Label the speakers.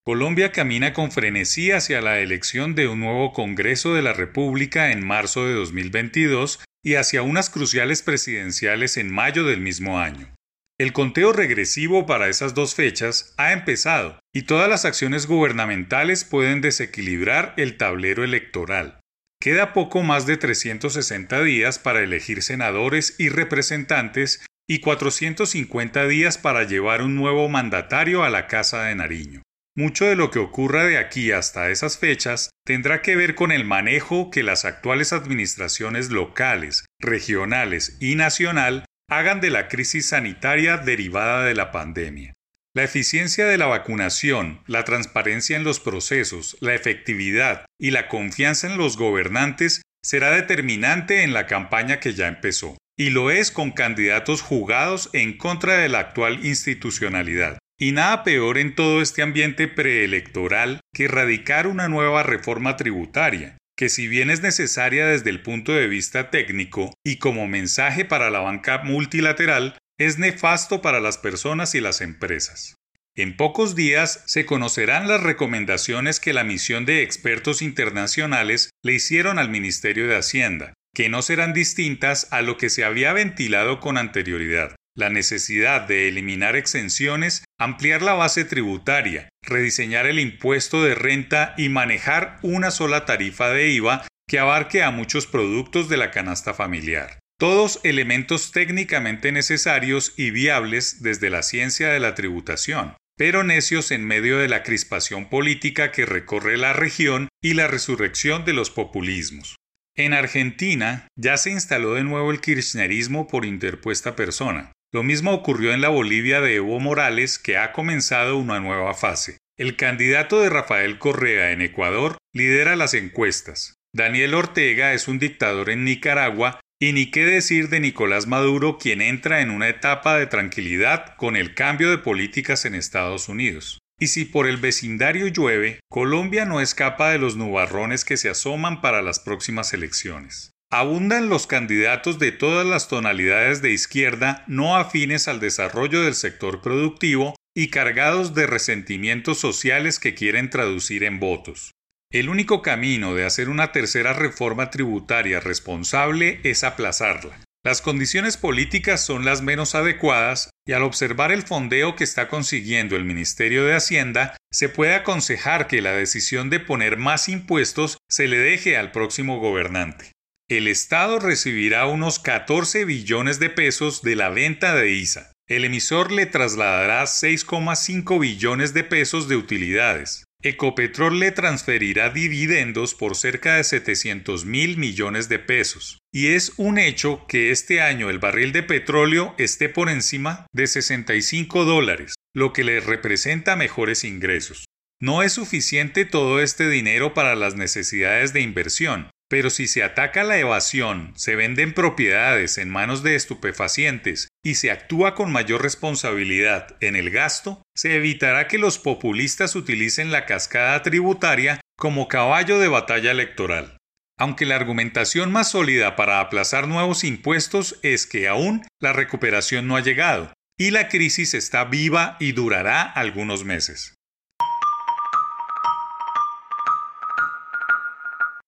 Speaker 1: Colombia camina con frenesí hacia la elección de un nuevo Congreso de la República en marzo de 2022 y hacia unas cruciales presidenciales en mayo del mismo año. El conteo regresivo para esas dos fechas ha empezado y todas las acciones gubernamentales pueden desequilibrar el tablero electoral. Queda poco más de 360 días para elegir senadores y representantes y 450 días para llevar un nuevo mandatario a la Casa de Nariño. Mucho de lo que ocurra de aquí hasta esas fechas tendrá que ver con el manejo que las actuales administraciones locales, regionales y nacional hagan de la crisis sanitaria derivada de la pandemia. La eficiencia de la vacunación, la transparencia en los procesos, la efectividad y la confianza en los gobernantes será determinante en la campaña que ya empezó, y lo es con candidatos jugados en contra de la actual institucionalidad. Y nada peor en todo este ambiente preelectoral que erradicar una nueva reforma tributaria, que si bien es necesaria desde el punto de vista técnico y como mensaje para la banca multilateral, es nefasto para las personas y las empresas. En pocos días se conocerán las recomendaciones que la misión de expertos internacionales le hicieron al Ministerio de Hacienda, que no serán distintas a lo que se había ventilado con anterioridad. La necesidad de eliminar exenciones, ampliar la base tributaria, rediseñar el impuesto de renta y manejar una sola tarifa de IVA que abarque a muchos productos de la canasta familiar. Todos elementos técnicamente necesarios y viables desde la ciencia de la tributación, pero necios en medio de la crispación política que recorre la región y la resurrección de los populismos. En Argentina ya se instaló de nuevo el kirchnerismo por interpuesta persona. Lo mismo ocurrió en la Bolivia de Evo Morales, que ha comenzado una nueva fase. El candidato de Rafael Correa en Ecuador lidera las encuestas. Daniel Ortega es un dictador en Nicaragua y ni qué decir de Nicolás Maduro, quien entra en una etapa de tranquilidad con el cambio de políticas en Estados Unidos. Y si por el vecindario llueve, Colombia no escapa de los nubarrones que se asoman para las próximas elecciones. Abundan los candidatos de todas las tonalidades de izquierda no afines al desarrollo del sector productivo y cargados de resentimientos sociales que quieren traducir en votos. El único camino de hacer una tercera reforma tributaria responsable es aplazarla. Las condiciones políticas son las menos adecuadas y al observar el fondeo que está consiguiendo el Ministerio de Hacienda, se puede aconsejar que la decisión de poner más impuestos se le deje al próximo gobernante. El Estado recibirá unos 14 billones de pesos de la venta de ISA. El emisor le trasladará 6,5 billones de pesos de utilidades. Ecopetrol le transferirá dividendos por cerca de 700.000 millones de pesos. Y es un hecho que este año el barril de petróleo esté por encima de $65, lo que le representa mejores ingresos. No es suficiente todo este dinero para las necesidades de inversión. Pero si se ataca la evasión, se venden propiedades en manos de estupefacientes y se actúa con mayor responsabilidad en el gasto, se evitará que los populistas utilicen la cascada tributaria como caballo de batalla electoral. Aunque la argumentación más sólida para aplazar nuevos impuestos es que aún la recuperación no ha llegado y la crisis está viva y durará algunos meses.